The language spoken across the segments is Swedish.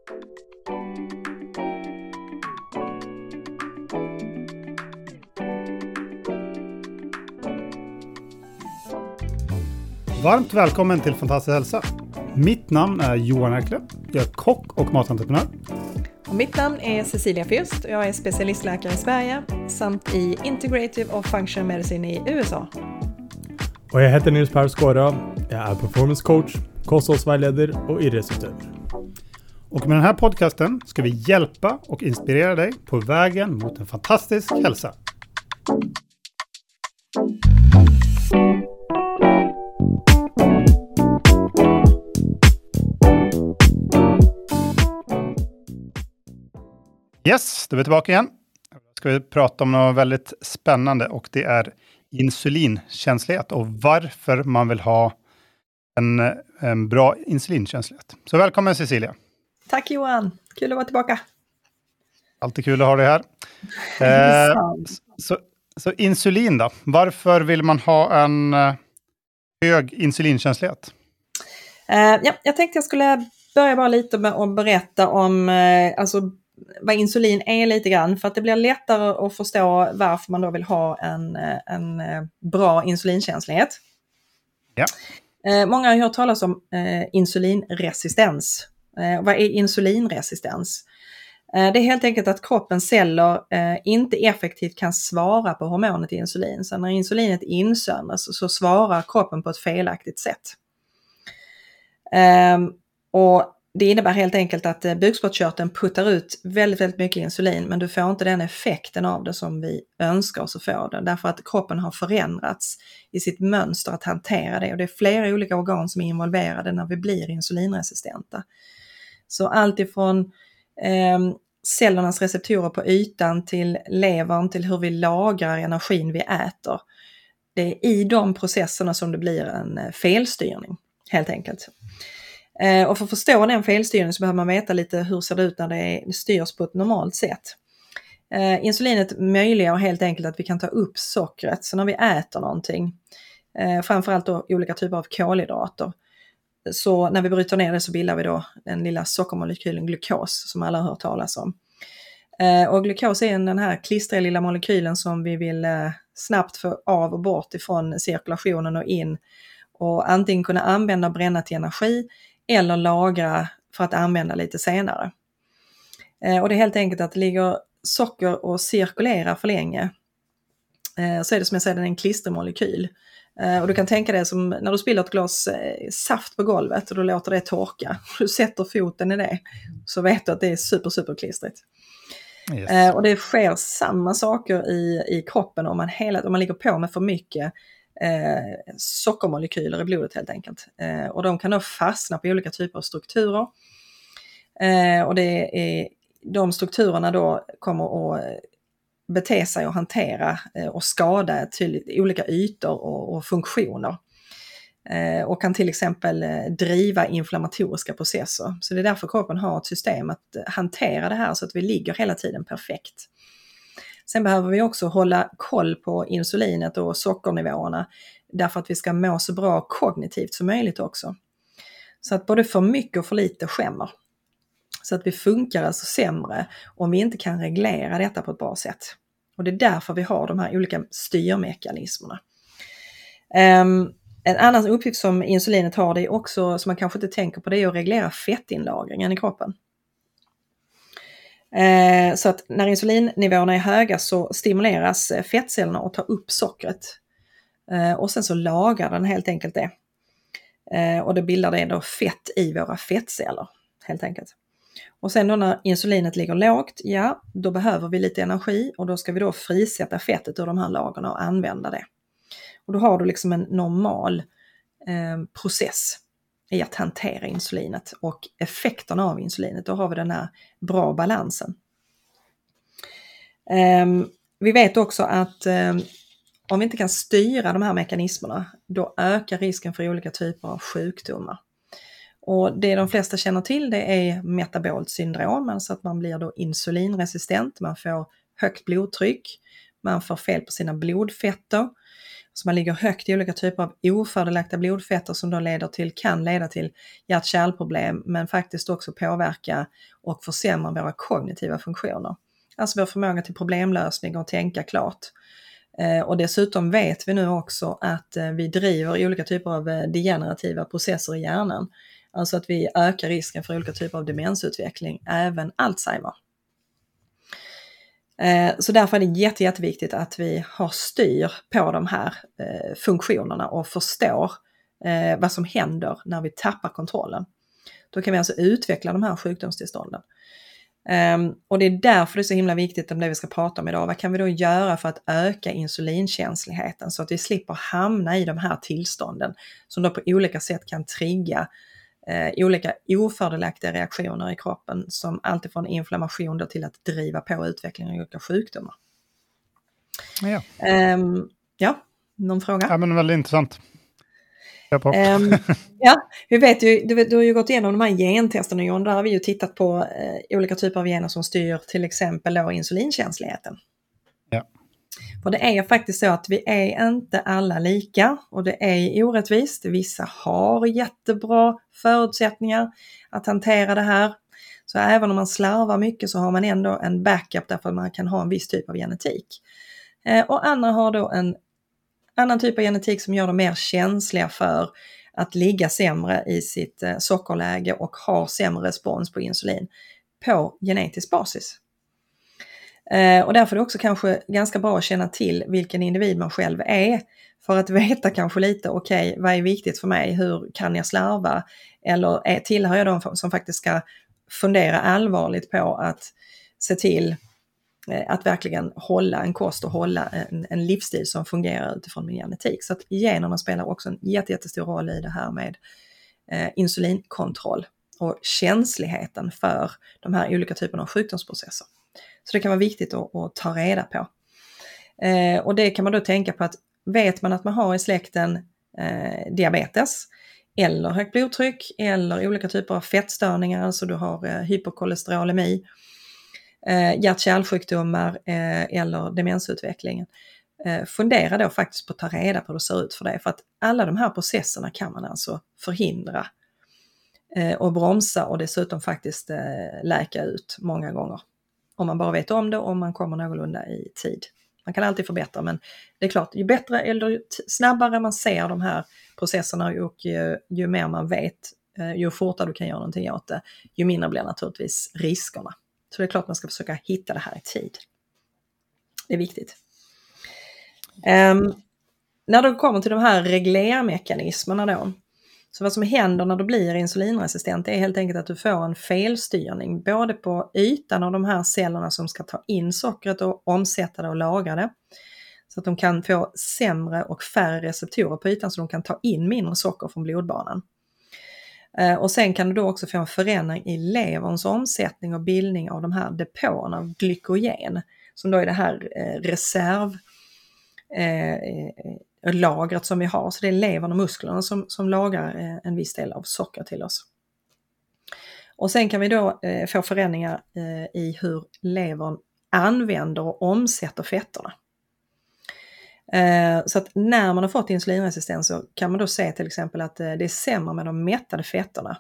Varmt välkommen till Fantastisk hälsa. Mitt namn är Johan Erkle. Jag är kock och matentreprenör. Och mitt namn är Cecilia Fürst och jag är specialistläkare i Sverige samt i Integrative och Functional Medicine i USA. Och jag heter Nils Per Skåra. Jag är performance coach, kosthållsvägledare och idrottsutövare. Och med den här podcasten ska vi hjälpa och inspirera dig på vägen mot en fantastisk hälsa. Yes, då är vi tillbaka igen. Då ska vi prata om något väldigt spännande och det är insulinkänslighet och varför man vill ha en bra insulinkänslighet. Så välkommen Cecilia. Tack Johan, kul att vara tillbaka. Alltid kul att ha dig här. Så insulin då, varför vill man ha en hög insulinkänslighet? Jag tänkte jag skulle börja bara lite med att berätta om vad insulin är lite grann, för att det blir lättare att förstå varför man då vill ha en bra insulinkänslighet. Ja. Många har hört talas om insulinresistens. Vad är insulinresistens? Det är helt enkelt att kroppens celler inte effektivt kan svara på hormonet insulin. Så när insulinet insöndras så svarar kroppen på ett felaktigt sätt. Och det innebär helt enkelt att bukspottkörteln puttar ut väldigt, väldigt mycket insulin, men du får inte den effekten av det som vi önskar oss att få det. Därför att kroppen har förändrats i sitt mönster att hantera det. Och det är flera olika organ som är involverade när vi blir insulinresistenta. Så allt ifrån cellernas receptorer på ytan till levern till hur vi lagrar energin vi äter. Det är i de processerna som det blir en felstyrning helt enkelt. Och för att förstå den felstyrningen så behöver man veta lite hur ser det ut när det styrs på ett normalt sätt. Insulinet möjliggör helt enkelt att vi kan ta upp sockret. Så när vi äter någonting, framförallt då olika typer av kolhydrater, så när vi bryter ner det så bildar vi då den lilla sockermolekylen glukos som alla har hört talas om. Och glukos är den här klistriga lilla molekylen som vi vill snabbt få av och bort ifrån cirkulationen och in. Och antingen kunna använda och bränna till energi eller lagra för att använda lite senare. Och det är helt enkelt att det ligger socker och cirkulerar för länge. Så är det som jag säger, den är en klistermolekyl. Och du kan tänka dig som när du spiller ett glas saft på golvet och du låter det torka. Du sätter foten i det så vet du att det är super klistrigt. Yes. Och det sker samma saker i kroppen om man ligger på med för mycket sockermolekyler i blodet helt enkelt. Och de kan då fastna på olika typer av strukturer. Och det är de strukturerna då kommer att bete sig och hantera och skada till olika ytor och funktioner. Och kan till exempel driva inflammatoriska processer. Så det är därför kroppen har ett system att hantera det här så att vi ligger hela tiden perfekt. Sen behöver vi också hålla koll på insulinet och sockernivåerna därför att vi ska må så bra kognitivt som möjligt också. Så att både för mycket och för lite skämmer. Så att vi funkar alltså sämre om vi inte kan reglera detta på ett bra sätt. Och det är därför vi har de här olika styrmekanismerna. En annan uppgift som insulinet har, det är också, som man kanske inte tänker på, det är att reglera fettinlagringen i kroppen. Så att när insulinnivåerna är höga så stimuleras fettcellerna att ta upp sockret. Och sen så lagrar den helt enkelt det. Och det bildar det då fett i våra fettceller helt enkelt. Och sen då när insulinet ligger lågt, ja då behöver vi lite energi och då ska vi då frisätta fettet ur de här lagren och använda det. Och då har du liksom en normal process i att hantera insulinet och effekterna av insulinet. Då har vi den här bra balansen. Vi vet också att om vi inte kan styra de här mekanismerna, då ökar risken för olika typer av sjukdomar. Och det de flesta känner till, det är metabolt syndrom, alltså att man blir då insulinresistent, man får högt blodtryck, man får fel på sina blodfetter. Så man ligger högt i olika typer av ofördelaktiga blodfetter som då kan leda till hjärt-kärlproblem, men faktiskt också påverka och försämra våra kognitiva funktioner. Alltså vår förmåga till problemlösning och tänka klart. Och dessutom vet vi nu också att vi driver olika typer av degenerativa processer i hjärnan. Alltså att vi ökar risken för olika typer av demensutveckling, även Alzheimer. Så därför är det jätteviktigt att vi har styr på de här funktionerna och förstår vad som händer när vi tappar kontrollen. Då kan vi alltså utveckla de här sjukdomstillstånden. Och det är därför det är så himla viktigt om det vi ska prata om idag. Vad kan vi då göra för att öka insulinkänsligheten så att vi slipper hamna i de här tillstånden som då på olika sätt kan trigga olika ofördelaktiga reaktioner i kroppen, som alltifrån inflammation då till att driva på utvecklingen av olika sjukdomar. Ja, någon fråga? Ja, men väldigt intressant. Ja, vi vet ju, du har ju gått igenom de här gentesterna, John. Där har vi ju tittat på olika typer av gener som styr till exempel då insulinkänsligheten. Ja. För det är faktiskt så att vi är inte alla lika, och det är orättvist. Vissa har jättebra förutsättningar att hantera det här. Så även om man slarvar mycket så har man ändå en backup, därför att man kan ha en viss typ av genetik. Och andra har då en annan typ av genetik som gör dem mer känsliga för att ligga sämre i sitt sockerläge och ha sämre respons på insulin på genetisk basis. Och därför är det också kanske ganska bra att känna till vilken individ man själv är, för att veta kanske lite, okej, vad är viktigt för mig, hur kan jag slarva, eller tillhör jag de som faktiskt ska fundera allvarligt på att se till att verkligen hålla en kost och hålla en livsstil som fungerar utifrån min genetik. Så att generna spelar också en jättestor roll i det här med insulinkontroll och känsligheten för de här olika typerna av sjukdomsprocesser. Så det kan vara viktigt att ta reda på. Och det kan man då tänka på, att vet man att man har i släkten diabetes eller högt blodtryck eller olika typer av fettstörningar, alltså du har hyperkolesterolemi, hjärt-kärlsjukdomar eller demensutvecklingen. Fundera då faktiskt på att ta reda på hur det ser ut för dig, för att alla de här processerna kan man alltså förhindra och bromsa och dessutom faktiskt läka ut många gånger. Om man bara vet om det och man kommer någorlunda i tid. Man kan alltid förbättra, men det är klart, ju bättre eller snabbare man ser de här processerna och ju mer man vet, ju fortare du kan göra någonting åt det, ju mindre blir naturligtvis riskerna. Så det är klart man ska försöka hitta det här i tid. Det är viktigt. När det kommer till de här reglermekanismerna då, så vad som händer när du blir insulinresistent är helt enkelt att du får en felstyrning både på ytan av de här cellerna som ska ta in sockret och omsätta det och lagra det. Så att de kan få sämre och färre receptorer på ytan, så de kan ta in mindre socker från blodbanan. Och sen kan du då också få en förändring i leverns omsättning och bildning av de här depåerna av glykogen, som då är det här reservlagret som vi har. Så det är levern och musklerna som lagrar en viss del av socker till oss. Och sen kan vi då få förändringar i hur levern använder och omsätter fetterna. Så att när man har fått insulinresistens så kan man då se till exempel att det är sämre med de mättade fetterna.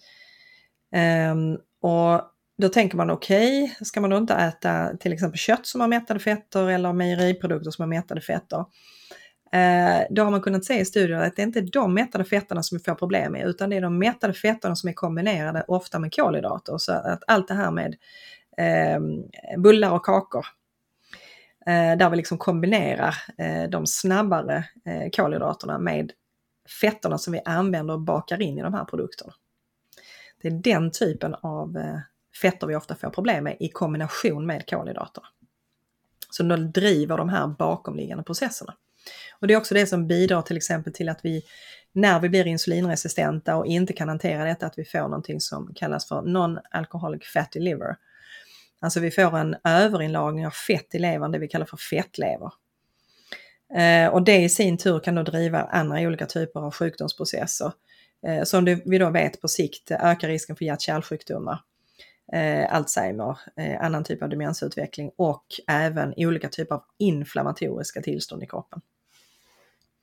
Och då tänker man, okej, ska man då inte äta till exempel kött som har mättade fetter eller mejeriprodukter som har mättade fetter? Då har man kunnat se i studier att det är inte de mättade fetterna som vi får problem med, utan det är de mättade fetterna som är kombinerade ofta med kolhydrater. Så att allt det här med bullar och kakor, där vi liksom kombinerar de snabbare kolhydraterna med fetterna som vi använder och bakar in i de här produkterna. Det är den typen av fetter vi ofta får problem med i kombination med kolhydraterna. Så de driver de här bakomliggande processerna. Och det är också det som bidrar till exempel till att vi, när vi blir insulinresistenta och inte kan hantera detta, att vi får någonting som kallas för non-alcoholic fatty liver. Alltså vi får en överinlagring av fett i levern, det vi kallar för fettlever. Och det i sin tur kan då driva andra olika typer av sjukdomsprocesser. Som vi då vet på sikt ökar risken för hjärt-kärlsjukdomar, Alzheimer, annan typ av demensutveckling och även olika typer av inflammatoriska tillstånd i kroppen.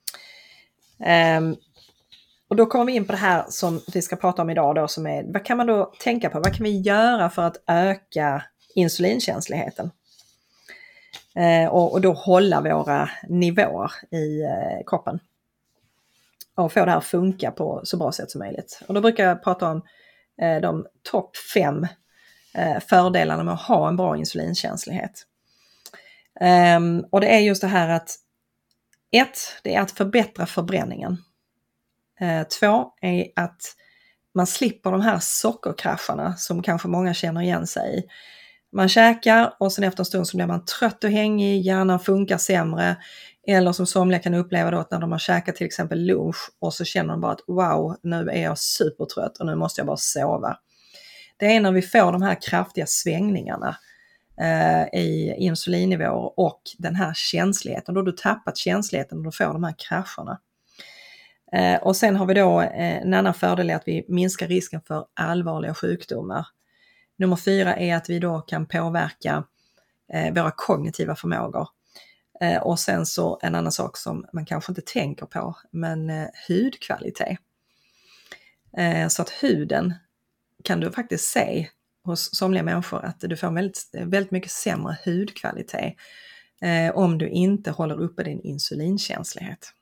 Och då kommer vi in på det här som vi ska prata om idag då, som är, vad kan man då tänka på? Vad kan vi göra för att öka insulinkänsligheten? Och då hålla våra nivåer i kroppen. Och få det här att funka på så bra sätt som möjligt. Och då brukar jag prata om de topp 5 fördelarna med att ha en bra insulinkänslighet. Och det är just det här att 1, det är att förbättra förbränningen. 2 är att man slipper de här sockerkrascharna som kanske många känner igen sig i. Man käkar och sen efter en stund så blir man trött och hängig, hjärnan funkar sämre. Eller som somliga kan uppleva då att när de har käkat till exempel lunch och så känner de bara att wow, nu är jag supertrött och nu måste jag bara sova. Det är när vi får de här kraftiga svängningarna i insulinnivåer och den här känsligheten. Då har du tappat känsligheten och du får de här krascherna. Och sen har vi då en annan fördel är att vi minskar risken för allvarliga sjukdomar. Nummer 4 är att vi då kan påverka våra kognitiva förmågor. Och sen så en annan sak som man kanske inte tänker på, men hudkvalitet. Så att huden kan du faktiskt se hos somliga människor att du får väldigt mycket sämre hudkvalitet om du inte håller uppe din insulinkänslighet.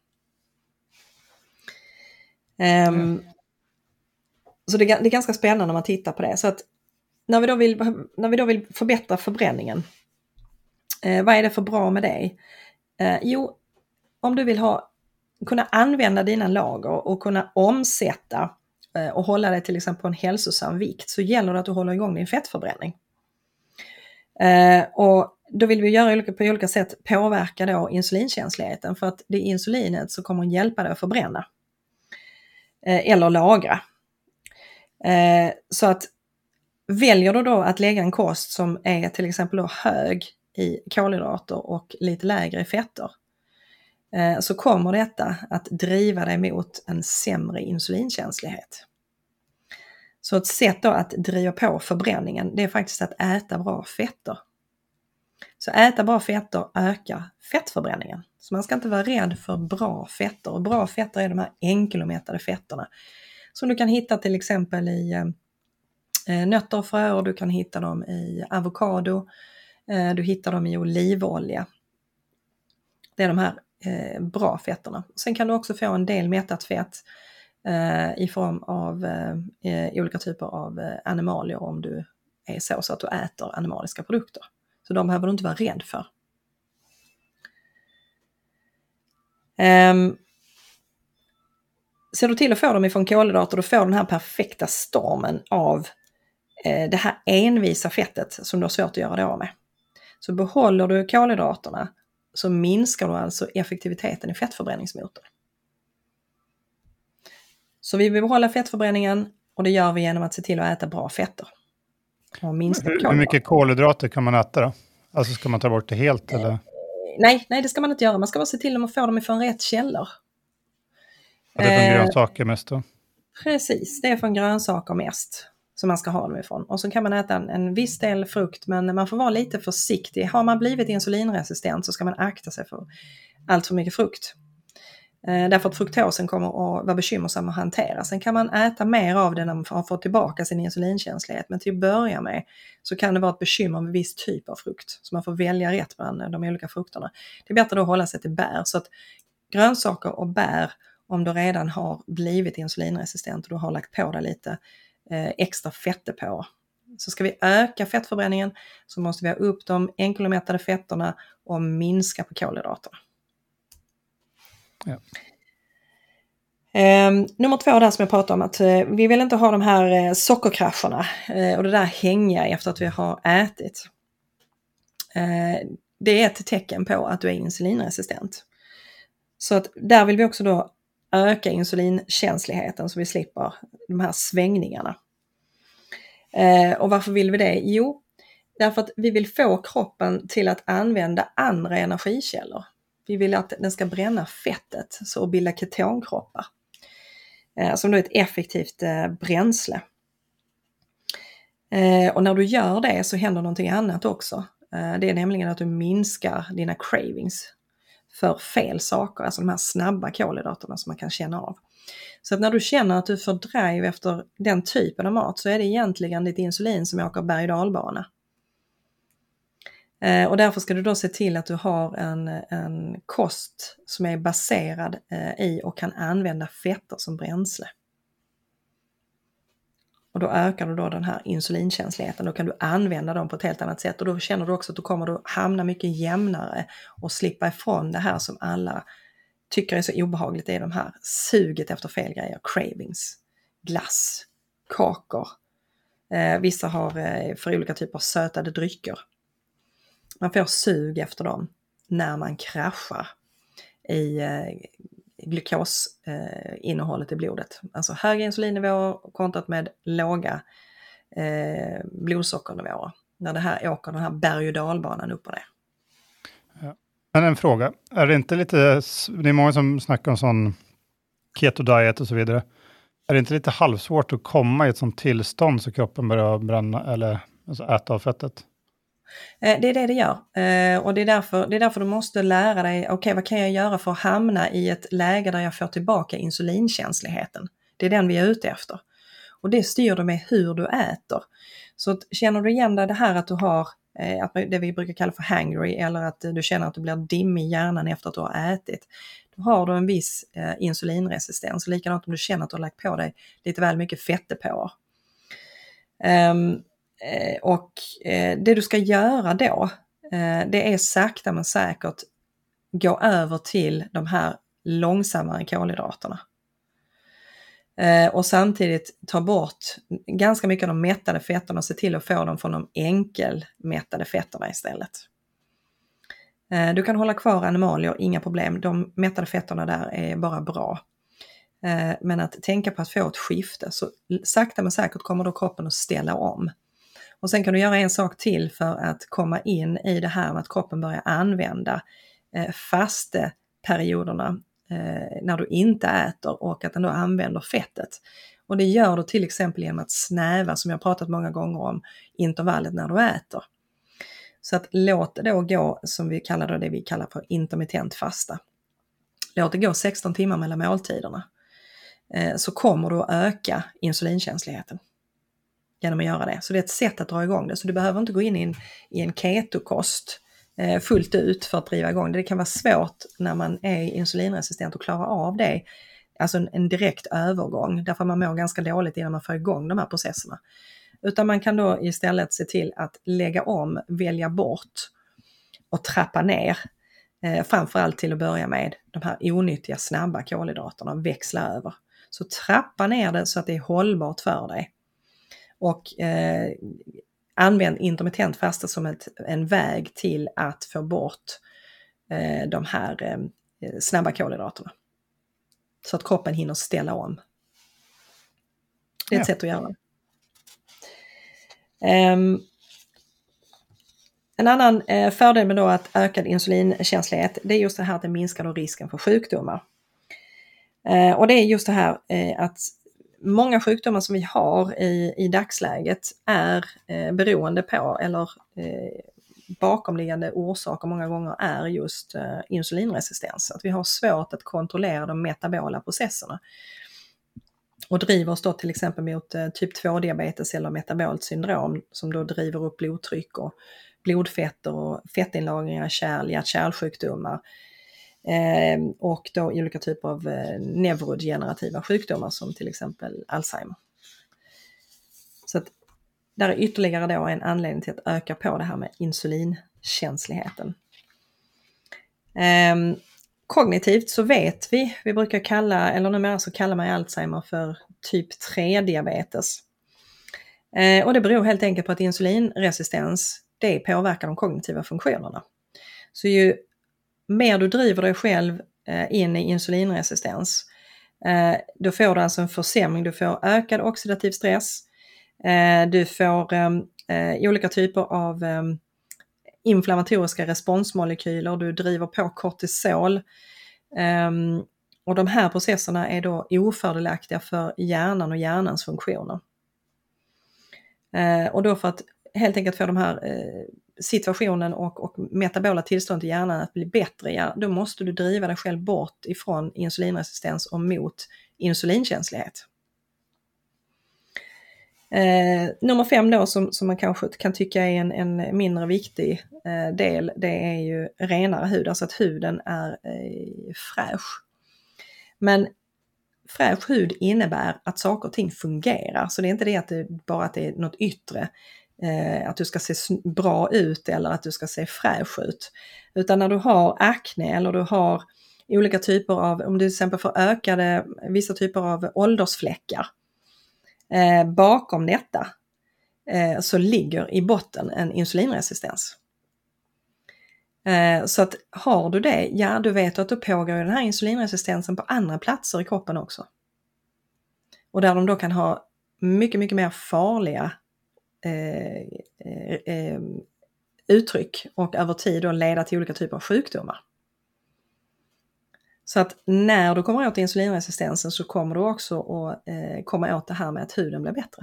Så det är ganska spännande när man tittar på det. Så att när vi då vill förbättra förbränningen, vad är det för bra med det? Jo, om du vill kunna använda dina lager och kunna omsätta och hålla dig till exempel på en hälsosam vikt, så gäller det att du håller igång din fettförbränning. Och då vill vi göra på olika sätt påverka då insulinkänsligheten, för att det är insulinet som kommer att hjälpa dig att förbränna eller lagra. Så att väljer du då att lägga en kost som är till exempel då hög i kolhydrater och lite lägre i fetter, så kommer detta att driva dig mot en sämre insulinkänslighet. Så ett sätt då att driva på förbränningen, det är faktiskt att äta bra fetter. Så äta bra fetter ökar fettförbränningen. Så man ska inte vara rädd för bra fetter. Och bra fetter är de här enkelomättade fetterna som du kan hitta till exempel i nötter och fröer, du kan hitta dem i avokado, du hittar dem i olivolja. Det är de här bra fetterna. Sen kan du också få en del mättat fett i form av olika typer av animalier om du är så att du äter animaliska produkter. Så de behöver du inte vara rädd för. Ser du till att få dem ifrån kolhydrater, då får den här perfekta stormen av det här envisa fettet som du har svårt att göra det av med. Så behåller du kolhydraterna så minskar du alltså effektiviteten i fettförbränningsmotorn. Så vi vill behålla fettförbränningen och det gör vi genom att se till att äta bra fetter. Och minska hur mycket kolhydrater kan man äta då? Alltså ska man ta bort det helt eller? Nej, det ska man inte göra. Man ska bara se till att få dem ifrån rätt källor. Och det är från grönsaker mest då? Precis, det är från grönsaker mest som man ska ha dem ifrån. Och så kan man äta en viss del frukt, men man får vara lite försiktig. Har man blivit insulinresistent så ska man akta sig för allt för mycket frukt. Därför att fruktosen kommer att vara bekymmersam att hantera. Sen kan man äta mer av det när man har fått tillbaka sin insulinkänslighet. Men till att börja med så kan det vara ett bekymmer med viss typ av frukt. Så man får välja rätt bland de olika frukterna. Det är bättre att hålla sig till bär. Så att grönsaker och bär, om du redan har blivit insulinresistent och du har lagt på dig lite extra fetter på. Så ska vi öka fettförbränningen så måste vi ha upp de enkelomättade fetterna och minska på kolhydraterna. Ja. Nummer 2 där som jag pratade om, att vi vill inte ha de här sockerkrascherna och det där hänga efter att vi har ätit. Det är ett tecken på att du är insulinresistent. Så att där vill vi också då öka insulinkänsligheten så vi slipper de här svängningarna. Och varför vill vi det? Jo, därför att vi vill få kroppen till att använda andra energikällor. Vi vill att den ska bränna fettet så och bilda ketonkroppar. Som då är ett effektivt bränsle. Och när du gör det så händer någonting annat också. Det är nämligen att du minskar dina cravings. för fel saker, alltså de här snabba kolhydraterna som man kan känna av. Så att när du känner att du får drive efter den typen av mat så är det egentligen ditt insulin som åker berg- och dalbana. Och därför ska du då se till att du har en kost som är baserad i och kan använda fetter som bränsle. Och då ökar du då den här insulinkänsligheten. Då kan du använda dem på ett helt annat sätt. Och då känner du också att du kommer att hamna mycket jämnare och slippa ifrån det här som alla tycker är så obehagligt. Det är de här suget efter fel grejer. Cravings, glass, kakor. Vissa har för olika typer av sötade drycker. Man får sug efter dem när man kraschar i glukosinnehållet i blodet. Alltså höga insulinnivåer kontrat med låga blodsockernivåer. När det här åker den här berg- och dalbanan upp och ner. Ja. Men en fråga, är det inte lite, det är många som snackar om sån keto-diet och så vidare. Är det inte lite halvsvårt att komma i ett sånt tillstånd så kroppen börjar bränna eller alltså äta av fettet? Det är det gör. Och det är därför du måste lära dig, okej, vad kan jag göra för att hamna i ett läge där jag får tillbaka insulinkänsligheten? Det är den vi är ute efter. Och det styr du med hur du äter. Så att, känner du igen det här att du har det vi brukar kalla för hangry eller att du känner att du blir dimmig i hjärnan efter att du har ätit. Då har du en viss insulinresistens. Likadant om du känner att du har lagt på dig lite väl mycket fettdepåer. Och det du ska göra då, det är sakta men säkert gå över till de här långsammare kolhydraterna. Och samtidigt ta bort ganska mycket av de mättade fetterna och se till att få dem från de enkelmättade fetterna istället. Du kan hålla kvar animalier, inga problem. De mättade fetterna där är bara bra. Men att tänka på att få ett skifte, så sakta men säkert kommer då kroppen att ställa om. Och sen kan du göra en sak till för att komma in i det här med att kroppen börjar använda fasteperioderna när du inte äter och att den då använder fettet. Och det gör du till exempel genom att snäva, som jag pratat många gånger om, intervallet när du äter. Så att låt det då gå, som vi kallar det vi kallar för intermittent fasta. Låt det gå 16 timmar mellan måltiderna. Så kommer du att öka insulinkänsligheten genom att göra det. Så det är ett sätt att dra igång det. Så du behöver inte gå in i en ketokost fullt ut för att driva igång det. Det kan vara svårt när man är insulinresistent att klara av det. Alltså en direkt övergång. Därför man mår ganska dåligt innan man får igång de här processerna. Utan man kan då istället se till att lägga om, välja bort och trappa ner. Framförallt till att börja med de här onyttiga snabba kolhydraterna och växla över. Så trappa ner det så att det är hållbart för dig. Och använd intermittent fasta som en väg till att få bort de här snabba kolhydraterna. Så att kroppen hinner ställa om. Det är ett sätt att göra det. En annan fördel med då att ökad insulinkänslighet, det är just det här att det minskar då risken för sjukdomar. Och det är just det här att många sjukdomar som vi har i dagsläget är beroende på eller bakomliggande orsaker många gånger är just insulinresistens. Att vi har svårt att kontrollera de metabola processerna. Och driver oss då till exempel mot typ 2-diabetes eller metabolt syndrom som då driver upp blodtryck och blodfetter och fettinlagringar i kärl, hjärt-kärlsjukdomar. Och då olika typer av neurodegenerativa sjukdomar som till exempel Alzheimer. Så att där är ytterligare då en anledning till att öka på det här med insulinkänsligheten. Kognitivt så vet vi brukar kalla, eller numera så kallar man Alzheimer för typ 3-diabetes. Och det beror helt enkelt på att insulinresistens, det påverkar de kognitiva funktionerna. Så ju mer du driver dig själv in i insulinresistens, då får du alltså en försämring, du får ökad oxidativ stress, du får olika typer av inflammatoriska responsmolekyler, du driver på kortisol och de här processerna är då ofördelaktiga för hjärnan och hjärnans funktioner. Och då för att helt enkelt få de här situationen och metabola tillståndet i hjärnan att bli bättre, ja, då måste du driva dig själv bort ifrån insulinresistens och mot insulinkänslighet. Nummer 5 då som man kanske kan tycka är en mindre viktig del, det är ju renare hud, alltså att huden är fräsch. Men fräsch hud innebär att saker och ting fungerar, så det är inte det att det är något yttre, att du ska se bra ut eller att du ska se fräsch ut, utan när du har akne eller du har olika typer av, om du till exempel får vissa typer av åldersfläckar, bakom detta så ligger i botten en insulinresistens. Så att har du det, ja, du vet att då pågår den här insulinresistensen på andra platser i kroppen också. Och där de då kan ha mycket, mycket mer farliga uttryck och över tid då leda till olika typer av sjukdomar. Så att när du kommer åt insulinresistensen så kommer du också att komma åt det här med att huden blir bättre.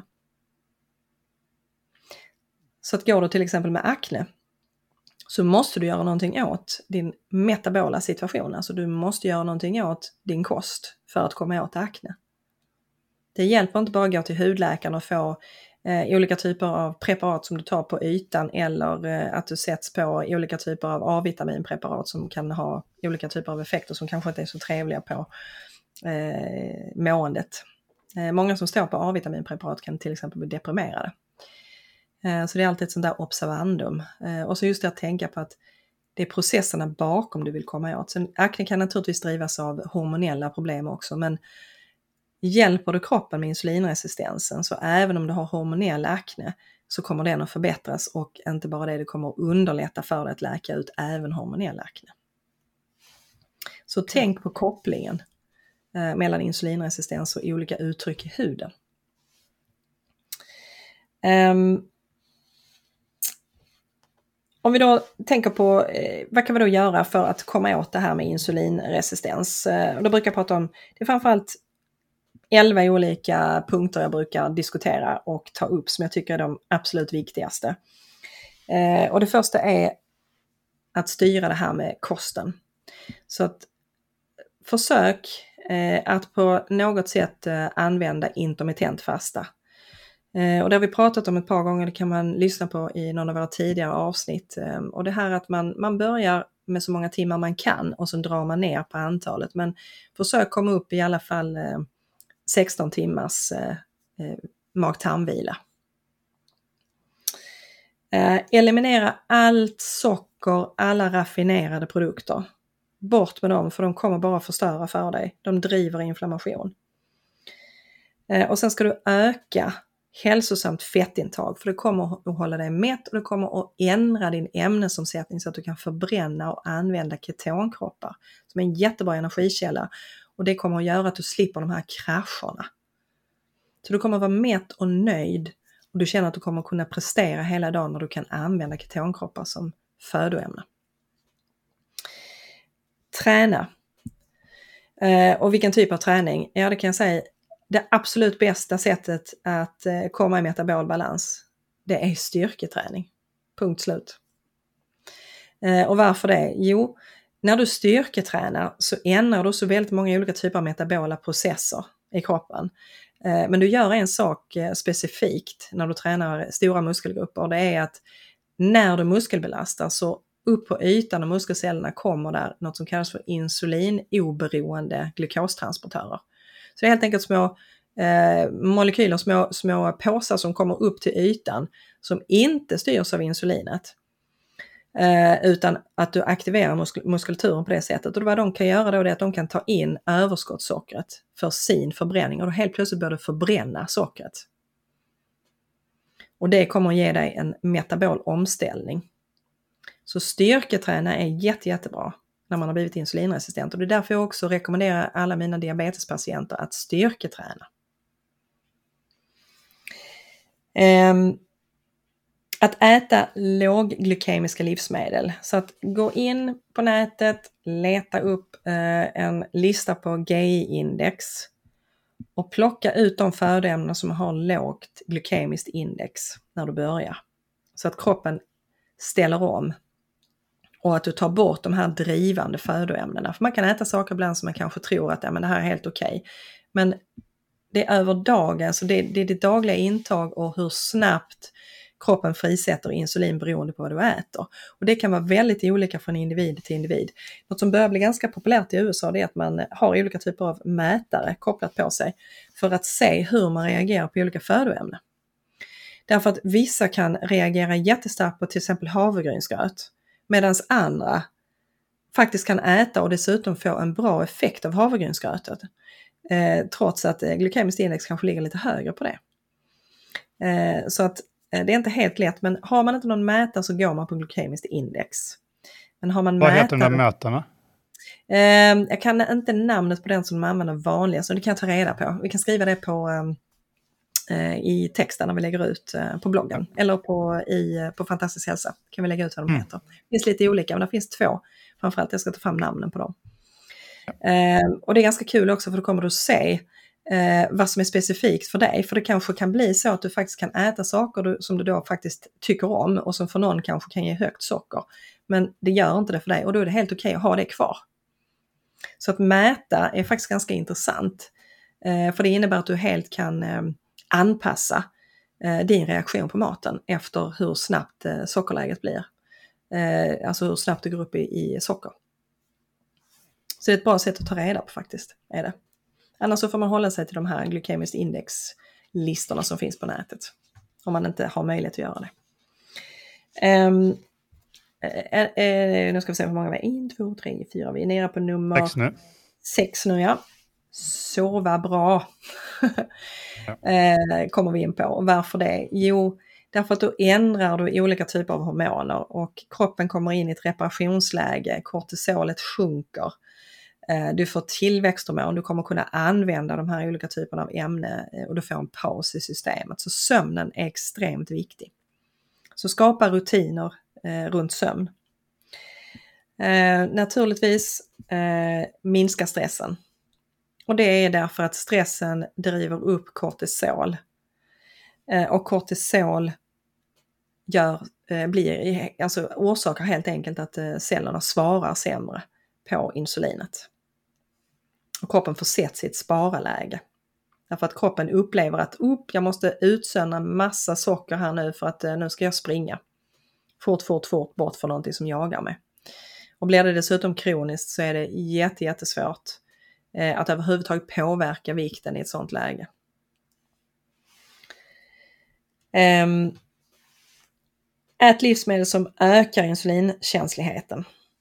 Så att går du till exempel med akne så måste du göra någonting åt din metabola situation. Alltså du måste göra någonting åt din kost för att komma åt akne. Det hjälper inte bara att gå till hudläkaren och få olika typer av preparat som du tar på ytan eller att du sätts på olika typer av A-vitaminpreparat som kan ha olika typer av effekter som kanske inte är så trevliga på måendet. Många som står på A-vitaminpreparat kan till exempel bli deprimerade. Så det är alltid ett sånt där observandum. Och så just det att tänka på att det är processerna bakom du vill komma åt. Sen akne kan naturligtvis drivas av hormonella problem också, men hjälper du kroppen med insulinresistensen så även om du har hormonell akne så kommer den att förbättras, och inte bara det kommer att underlätta för dig att läka ut även hormonell akne. Så tänk på kopplingen mellan insulinresistens och olika uttryck i huden. Om vi då tänker på vad kan vi då göra för att komma åt det här med insulinresistens? Då brukar jag prata om, det är framförallt 11 olika punkter jag brukar diskutera och ta upp som jag tycker är de absolut viktigaste. Och det första är att styra det här med kosten. Så att försök att på något sätt använda intermittent fasta. Och det har vi pratat om ett par gånger, det kan man lyssna på i någon av våra tidigare avsnitt. Och det här att man börjar med så många timmar man kan och så drar man ner på antalet. Men försök komma upp i alla fall 16 timmars mag-tarmvila. Eliminera allt socker, alla raffinerade produkter. Bort med dem, för de kommer bara förstöra för dig. De driver inflammation. Och sen ska du öka hälsosamt fettintag, för det kommer att hålla dig mätt och det kommer att ändra din ämnesomsättning så att du kan förbränna och använda ketonkroppar som är en jättebra energikälla, och det kommer att göra att du slipper de här krascherna. Så du kommer att vara mätt och nöjd och du känner att du kommer att kunna prestera hela dagen när du kan använda ketonkroppar som födoämne. Träna. Och vilken typ av träning? Ja, det kan jag säga. Det absolut bästa sättet att komma i metabol balans, det är styrketräning. Punkt slut. Och varför det? Jo, när du styrketränar så ändrar du så väldigt många olika typer av metabola processer i kroppen. Men du gör en sak specifikt när du tränar stora muskelgrupper, och det är att när du muskelbelastar så upp på ytan av muskelcellerna kommer där något som kallas för insulinoberoende glukostransportörer. Så det är helt enkelt små molekyler, små påsar som kommer upp till ytan som inte styrs av insulinet. Utan att du aktiverar muskulaturen på det sättet. Och vad de kan göra då är att de kan ta in överskottssockret för sin förbränning. Och då helt plötsligt börjar du förbränna sockret. Och det kommer att ge dig en metabol omställning. Så styrketräna är jättebra när man har blivit insulinresistent. Och det är därför jag också rekommenderar alla mina diabetespatienter att styrketräna. Att äta lågglykemiska livsmedel. Så att gå in på nätet, leta upp en lista på GI-index och plocka ut de födoämnen som har lågt glykemiskt index när du börjar. Så att kroppen ställer om och att du tar bort de här drivande födoämnena. För man kan äta saker ibland som man kanske tror att men det här är helt okej. Men det är över dagen, så det är ditt dagliga intag och hur snabbt kroppen frisätter insulin beroende på vad du äter. Och det kan vara väldigt olika från individ till individ. Något som börjar bli ganska populärt i USA, det är att man har olika typer av mätare kopplat på sig för att se hur man reagerar på olika födoämnen. Därför att vissa kan reagera jättestarkt på till exempel havregrynsgröt, medan andra faktiskt kan äta och dessutom få en bra effekt av havregrynsgrötet. Trots att glykemiskt index kanske ligger lite högre på det. Så att det är inte helt lätt, men har man inte någon mätare så går man på glykemiskt index. Men har man Vad heter de där mätarna? Jag kan inte namnet på den som de använder vanligast, så det kan jag ta reda på. Vi kan skriva det i texten när vi lägger ut på bloggen. Eller på Fantastisk hälsa kan vi lägga ut vad de heter. Det finns lite olika, men det finns 2. Framförallt jag ska ta fram namnen på dem. Och det är ganska kul också, för då kommer du se vad som är specifikt för dig. För det kanske kan bli så att du faktiskt kan äta saker som du då faktiskt tycker om och som för någon kanske kan ge högt socker. Men det gör inte det för dig, och då är det helt okej att ha det kvar. Så att mäta är faktiskt ganska intressant. För det innebär att du helt kan anpassa din reaktion på maten efter hur snabbt sockerläget blir. Alltså hur snabbt det går upp i socker. Så det är ett bra sätt att ta reda på faktiskt, är det. Annars så får man hålla sig till de här glykemiskt indexlistorna som finns på nätet. Om man inte har möjlighet att göra det. Nu ska vi se hur många vi är. 1, 2, 3, 4. Vi är nere på nummer 6 nu, ja. Sova bra. Kommer vi in på. Varför det? Jo, därför att då ändrar du olika typer av hormoner och kroppen kommer in i ett reparationsläge. Kortisolet sjunker. Du får tillväxthormon, du kommer kunna använda de här olika typerna av ämne och du får en paus i systemet. Så sömnen är extremt viktig. Så skapa rutiner runt sömn. Naturligtvis minska stressen. Och det är därför att stressen driver upp kortisol. Och kortisol orsakar helt enkelt att cellerna svarar sämre på insulinet. Och kroppen försätts i ett spararläge. Därför att kroppen upplever att jag måste utsöndra massa socker här nu för att nu ska jag springa. Fort bort för någonting som jagar mig. Och blir det dessutom kroniskt så är det jättesvårt att överhuvudtaget påverka vikten i ett sådant läge. Ät livsmedel som ökar insulinkänsligheten.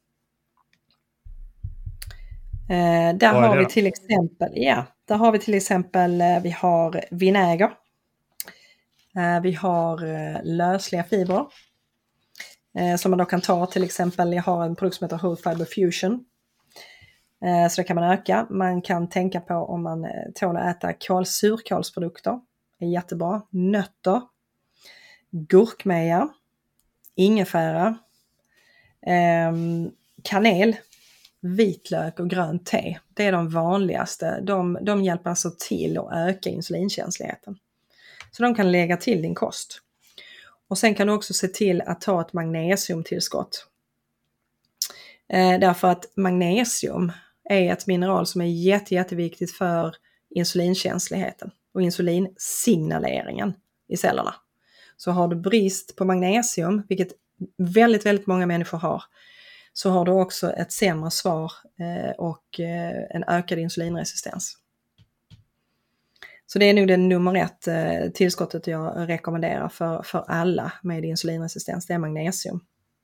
Där har vi till exempel vi har vinäger. Vi har lösliga fibrer. Som man då kan ta till exempel, jag har en produkt som heter Whole Fiber Fusion. Så det kan man öka. Man kan tänka på om man tål att äta surkålsprodukter. Det är jättebra. Nötter. Gurkmeja. Ingefära. Kanel. Vitlök och grönt te. Det är de vanligaste. De hjälper alltså till att öka insulinkänsligheten. Så de kan lägga till din kost. Och sen kan du också se till att ta ett magnesiumtillskott. Därför att magnesium är ett mineral som är jätteviktigt för insulinkänsligheten och insulinsignaleringen i cellerna. Så har du brist på magnesium, vilket väldigt många människor har, så har du också ett sämre svar och en ökad insulinresistens. Så det är nog det nummer 1 tillskottet jag rekommenderar för alla med insulinresistens, det är magnesium.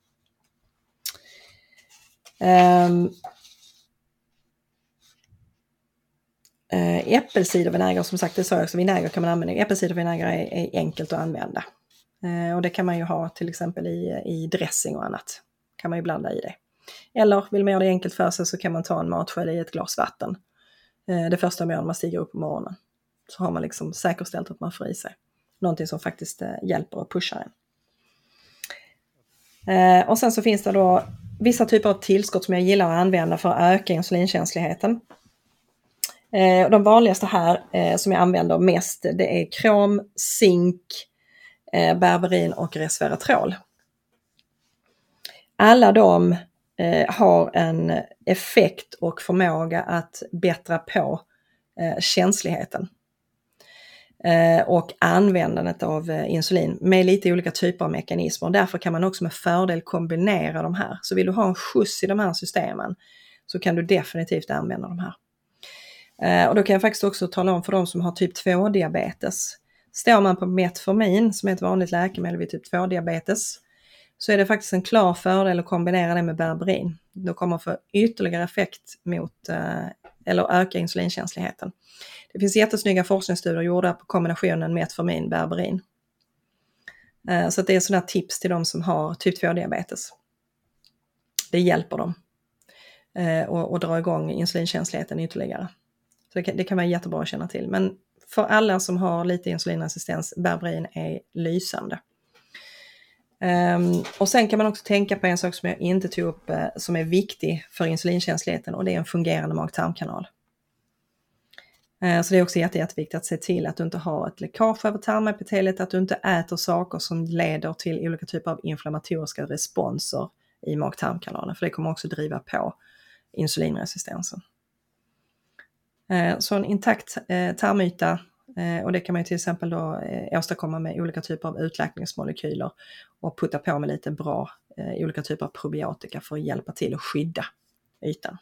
Äppelcidervinäger, som sagt, det sa jag också, vinäger kan man använda. Äppelcidervinäger är enkelt att använda. Och det kan man ju ha till exempel i dressing och annat. Kan man ju blanda i det. Eller vill man göra det enkelt för sig så kan man ta en matsked i ett glas vatten. Det första man gör när man stiger upp på morgonen. Så har man liksom säkerställt att man får i sig någonting som faktiskt hjälper och pushar en. Och sen så finns det då vissa typer av tillskott som jag gillar att använda för att öka insulinkänsligheten. De vanligaste här som jag använder mest, det är krom, zink, berberin och resveratrol. alla de har en effekt och förmåga att bättra på känsligheten och användandet av insulin med lite olika typer av mekanismer. Därför kan man också med fördel kombinera de här. Så vill du ha en skjuts i de här systemen så kan du definitivt använda de här. Och då kan jag faktiskt också tala om för de som har typ 2-diabetes. Står man på Metformin som är ett vanligt läkemedel vid typ 2-diabetes så är det faktiskt en klar fördel att kombinera det med berberin. Då kommer man få ytterligare effekt mot eller öka insulinkänsligheten. Det finns jättesnygga forskningsstudier gjorda på kombinationen Metformin-berberin. Så att det är sådana tips till de som har typ 2-diabetes. Det hjälper dem och dra igång insulinkänsligheten ytterligare. Så det kan vara jättebra att känna till. Men för alla som har lite insulinresistens, berberin är lysande. Och sen kan man också tänka på en sak som jag inte tog upp som är viktig för insulinkänsligheten, och det är en fungerande mag-tarmkanal. Så det är också jätteviktigt att se till att du inte har ett läckage över tarmepiteliet, att du inte äter saker som leder till olika typer av inflammatoriska responser i mag-tarmkanalen, för det kommer också driva på insulinresistensen. Så en intakt tarmyta, och det kan man ju till exempel då åstadkomma med olika typer av utläkningsmolekyler och putta på med lite bra olika typer av probiotika för att hjälpa till att skydda ytan.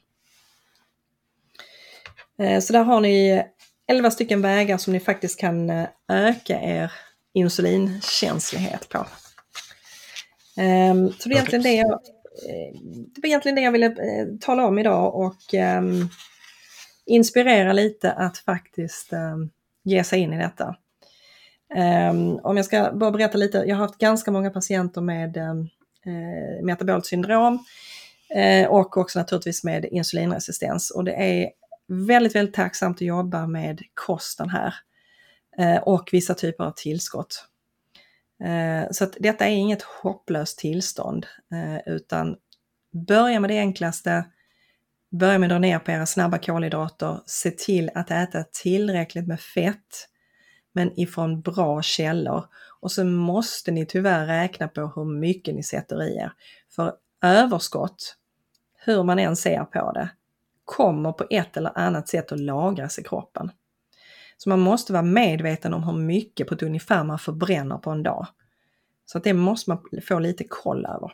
Så där har ni 11 stycken vägar som ni faktiskt kan öka er insulinkänslighet på. Så det är egentligen det jag ville tala om idag och inspirera lite att faktiskt ge sig in i detta. Om jag ska bara berätta lite, jag har haft ganska många patienter med metabolt syndrom och också naturligtvis med insulinresistens, och det är väldigt, väldigt tacksamt att jobba med kosten här och vissa typer av tillskott. Så att detta är inget hopplöst tillstånd, utan börja med det enklaste. Börja med att dra ner på era snabba kolhydrater. Se till att äta tillräckligt med fett, men ifrån bra källor. Och så måste ni tyvärr räkna på hur mycket ni sätter i er. För överskott, hur man än ser på det, kommer på ett eller annat sätt att lagras i kroppen. Så man måste vara medveten om hur mycket på ett ungefär man förbränner på en dag. Så att det måste man få lite koll över.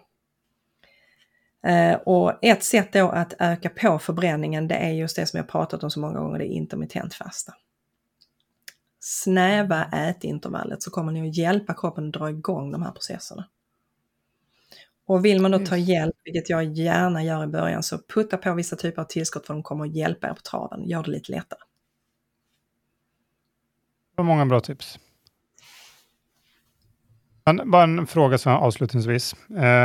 Och ett sätt då att öka på förbränningen, det är just det som jag pratat om så många gånger, det är intermittent fasta. Snäva ätintervallet, så kommer ni att hjälpa kroppen att dra igång de här processerna. Och vill man då ta hjälp, vilket jag gärna gör i början, så putta på vissa typer av tillskott för de kommer att hjälpa er på traven, gör det lite lättare. Det var många bra tips. Men bara en fråga så här avslutningsvis.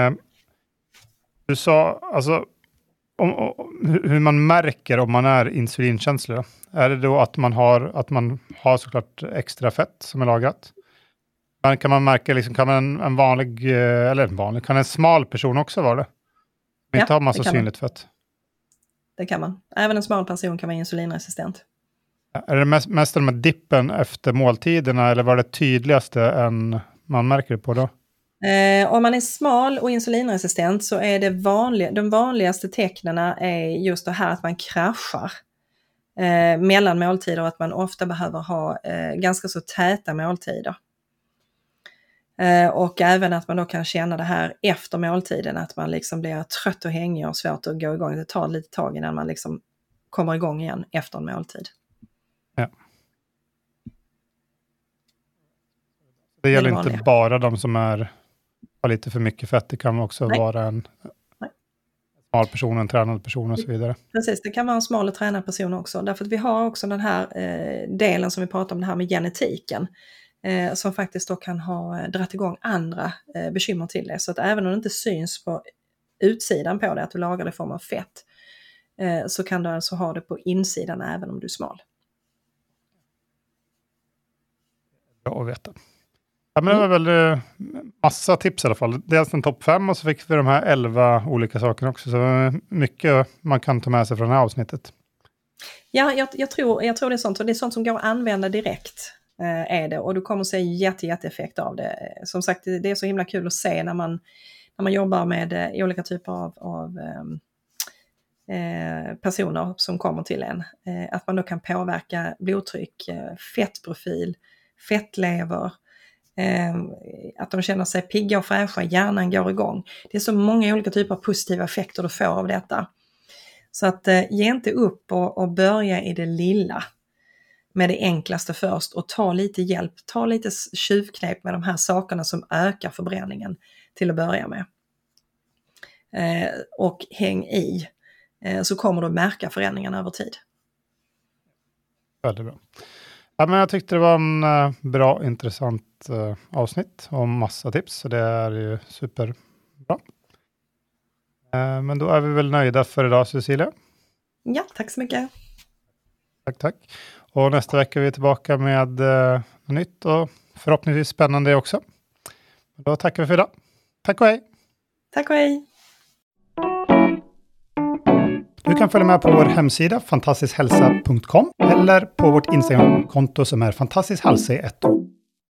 Du sa alltså hur man märker om man är insulinkänslig då? Är det då att man har såklart extra fett som är lagrat? Men kan man märka liksom, kan en vanlig kan en smal person också vara det? Men inte ha massa synligt fett. Det kan man. Även en smal person kan vara insulinresistent. Är det mest de här dippen efter måltiderna, eller var det tydligaste än man märker det på då? Om man är smal och insulinresistent så är det de vanligaste tecknena är just det här att man kraschar mellan måltider och att man ofta behöver ha ganska så täta måltider. Och även att man då kan känna det här efter måltiden, att man liksom blir trött och hängig och svårt att gå igång. Det tar lite tag innan man liksom kommer igång igen efter en måltid. Ja. Det gäller inte bara de som har lite för mycket fett. Det kan också vara en smal person, en tränad person och så vidare. Precis, det kan vara en smal och tränad person också. Därför att vi har också den här delen som vi pratar om, det här med genetiken. Som faktiskt då kan ha dratt igång andra bekymmer till det. Så att även om det inte syns på utsidan på det, att du lagar det i form av fett, så kan du alltså ha det på insidan även om du är smal. Bra att veta. Ja, men det var väl massa tips i alla fall. Dels en topp 5 och så fick vi de här 11 olika sakerna också. Så mycket man kan ta med sig från det här avsnittet. Ja, jag tror det är sånt. Och det är sånt som går att använda direkt. Är det. Och du kommer att se jätteeffekt av det. Som sagt, det är så himla kul att se när man när man jobbar med olika typer av personer som kommer till en. Att man då kan påverka blodtryck, fettprofil, fettlever, att de känner sig pigga och fräscha, hjärnan går igång. Det är så många olika typer av positiva effekter du får av detta. Så att ge inte upp och börja i det lilla med det enklaste först och ta lite hjälp, ta lite tjuvknep med de här sakerna som ökar förbränningen till att börja med. Och häng i, så kommer du att märka förändringarna över tid. Väldigt bra. Ja, men jag tyckte det var en bra, intressant avsnitt och massa tips, så det är ju superbra. Men då är vi väl nöjda för idag, Cecilia? Ja, tack så mycket. Tack. Och nästa vecka är vi tillbaka med något nytt och förhoppningsvis spännande också. Då tackar vi för idag. Tack och hej! Tack och hej! Du kan följa med på vår hemsida fantastischhälsa.com eller på vårt Instagram-konto som är fantastischhälsa i ett ord.